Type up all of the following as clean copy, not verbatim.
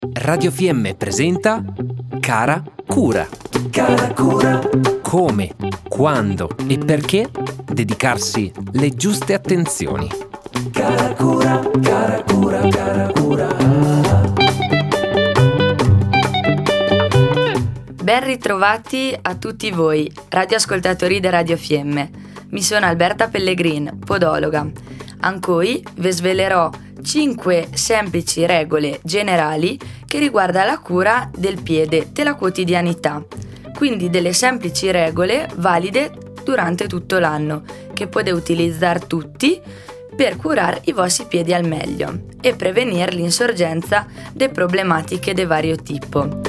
Radio FM presenta Cara Cura. Cara Cura. Come, quando e perché dedicarsi le giuste attenzioni. Cara Cura, cara Cura, cara Cura. Ben ritrovati a tutti voi, radioascoltatori di Radio FM. Mi sono Alberta Pellegrin, podologa. Ancoi vi svelerò 5 semplici regole generali che riguarda la cura del piede della quotidianità. Quindi delle semplici regole valide durante tutto l'anno, che potete utilizzare tutti per curare i vostri piedi al meglio e prevenire l'insorgenza di problematiche di vario tipo.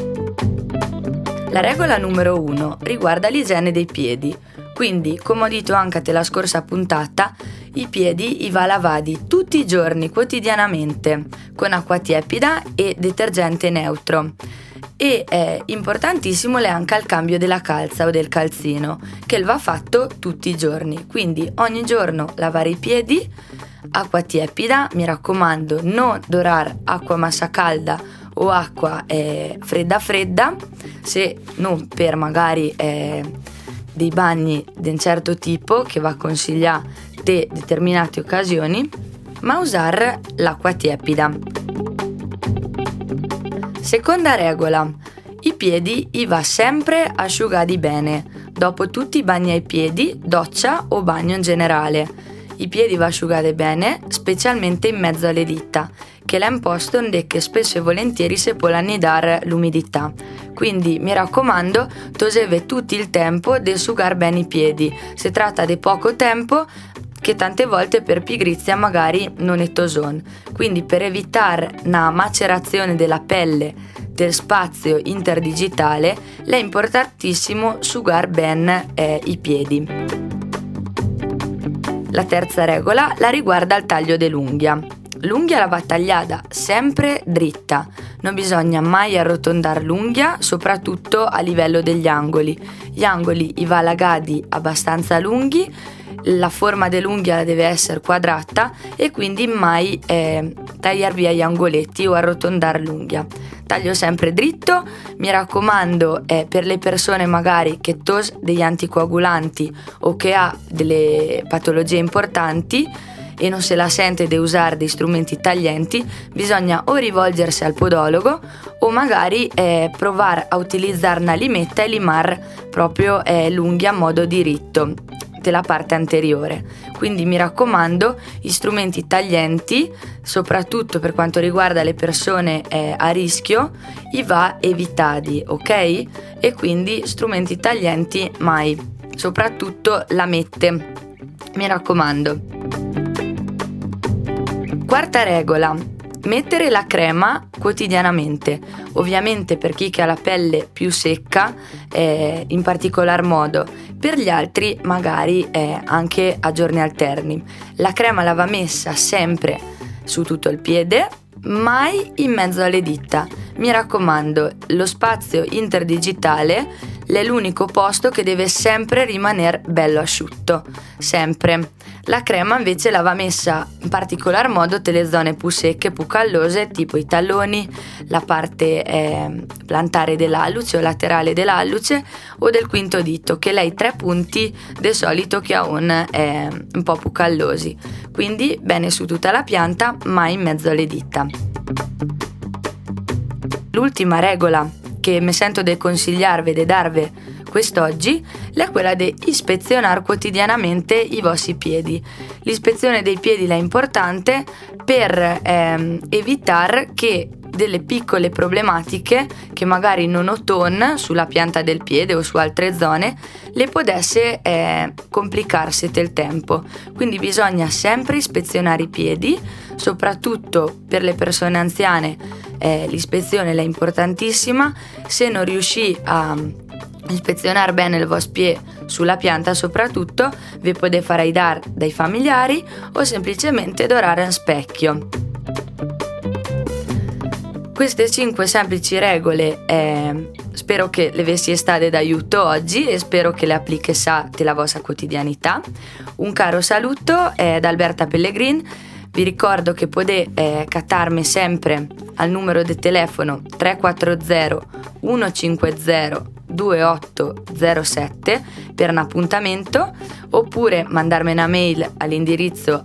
La regola numero 1 riguarda l'igiene dei piedi. Quindi, come ho detto anche nella scorsa puntata, i piedi va lavati tutti i giorni, quotidianamente, con acqua tiepida e detergente neutro. E è importantissimo anche il cambio della calza o del calzino, che va fatto tutti i giorni. Quindi ogni giorno lavare i piedi, acqua tiepida, mi raccomando, non dorare acqua massa calda o acqua fredda, se non per magari dei bagni di un certo tipo che va consigliato in determinate occasioni, ma usare l'acqua tiepida. Seconda regola: i piedi va sempre asciugati bene. Dopo tutti i bagni ai piedi, doccia o bagno in generale. I piedi va asciugati bene, specialmente in mezzo alle dita, che è un posto che spesso e volentieri si può annidare l'umidità. Quindi mi raccomando, toseve tutto il tempo di asciugare bene i piedi. Si tratta di poco tempo che tante volte per pigrizia magari non è toson. Quindi per evitare una macerazione della pelle del spazio interdigitale è importantissimo asciugare bene i piedi. La terza regola la riguarda il taglio dell'unghia. L'unghia la va tagliata sempre dritta, non bisogna mai arrotondare l'unghia, soprattutto a livello degli angoli. Gli angoli va lagati abbastanza lunghi, la forma dell'unghia deve essere quadrata e quindi mai tagliare via gli angoletti o arrotondare l'unghia. Taglio sempre dritto, mi raccomando, per le persone magari che tos degli anticoagulanti o che ha delle patologie importanti e non se la sente di usare dei strumenti taglienti, bisogna o rivolgersi al podologo o magari provare a utilizzare una limetta e limare proprio l'unghia a modo diritto della parte anteriore. Quindi mi raccomando, gli strumenti taglienti, soprattutto per quanto riguarda le persone a rischio, va evitati, ok? E quindi strumenti taglienti mai, soprattutto lamette, mi raccomando. Quarta regola: mettere la crema quotidianamente, ovviamente per chi che ha la pelle più secca in particolar modo, per gli altri magari anche a giorni alterni. La crema la va messa sempre su tutto il piede, mai in mezzo alle dita. Mi raccomando, lo spazio interdigitale è l'unico posto che deve sempre rimanere bello asciutto, sempre. La crema invece la va messa in particolar modo nelle zone più secche, più callose, tipo i talloni, la parte plantare dell'alluce o laterale dell'alluce o del quinto dito, che lei 3 punti di solito che ha un po' più callosi. Quindi bene su tutta la pianta, ma in mezzo alle dita. L'ultima regola che mi sento di consigliarvi e di darvi quest'oggi è quella di ispezionare quotidianamente i vostri piedi. L'ispezione dei piedi è importante per evitare che delle piccole problematiche che magari non oton sulla pianta del piede o su altre zone le potesse complicarsi del tempo. Quindi bisogna sempre ispezionare i piedi, soprattutto per le persone anziane. L'ispezione è importantissima. Se non riuscì a ispezionare bene il vostro piede sulla pianta, soprattutto vi potete fare aidare dai familiari o semplicemente dorare un specchio. Queste 5 semplici regole spero che le vi sia state d'aiuto oggi e spero che le applichessate la vostra quotidianità. Un caro saluto da Alberta Pellegrin. Vi ricordo che potete cattarmi sempre al numero di telefono 340 150 2807 per un appuntamento, oppure mandarmi una mail all'indirizzo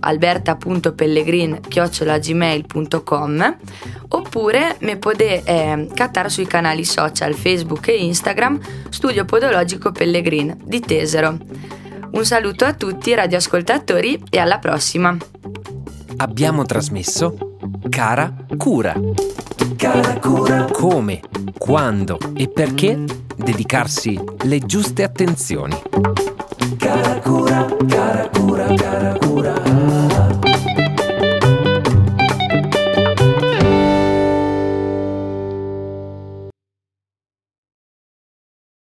alberta.pellegrin@gmail.com, oppure mi potete cattare sui canali social Facebook e Instagram Studio Podologico Pellegrin di Tesero. Un saluto a tutti radioascoltatori e alla prossima. Abbiamo trasmesso Cara Cura. Cara Cura. Come, quando e perché dedicarsi le giuste attenzioni.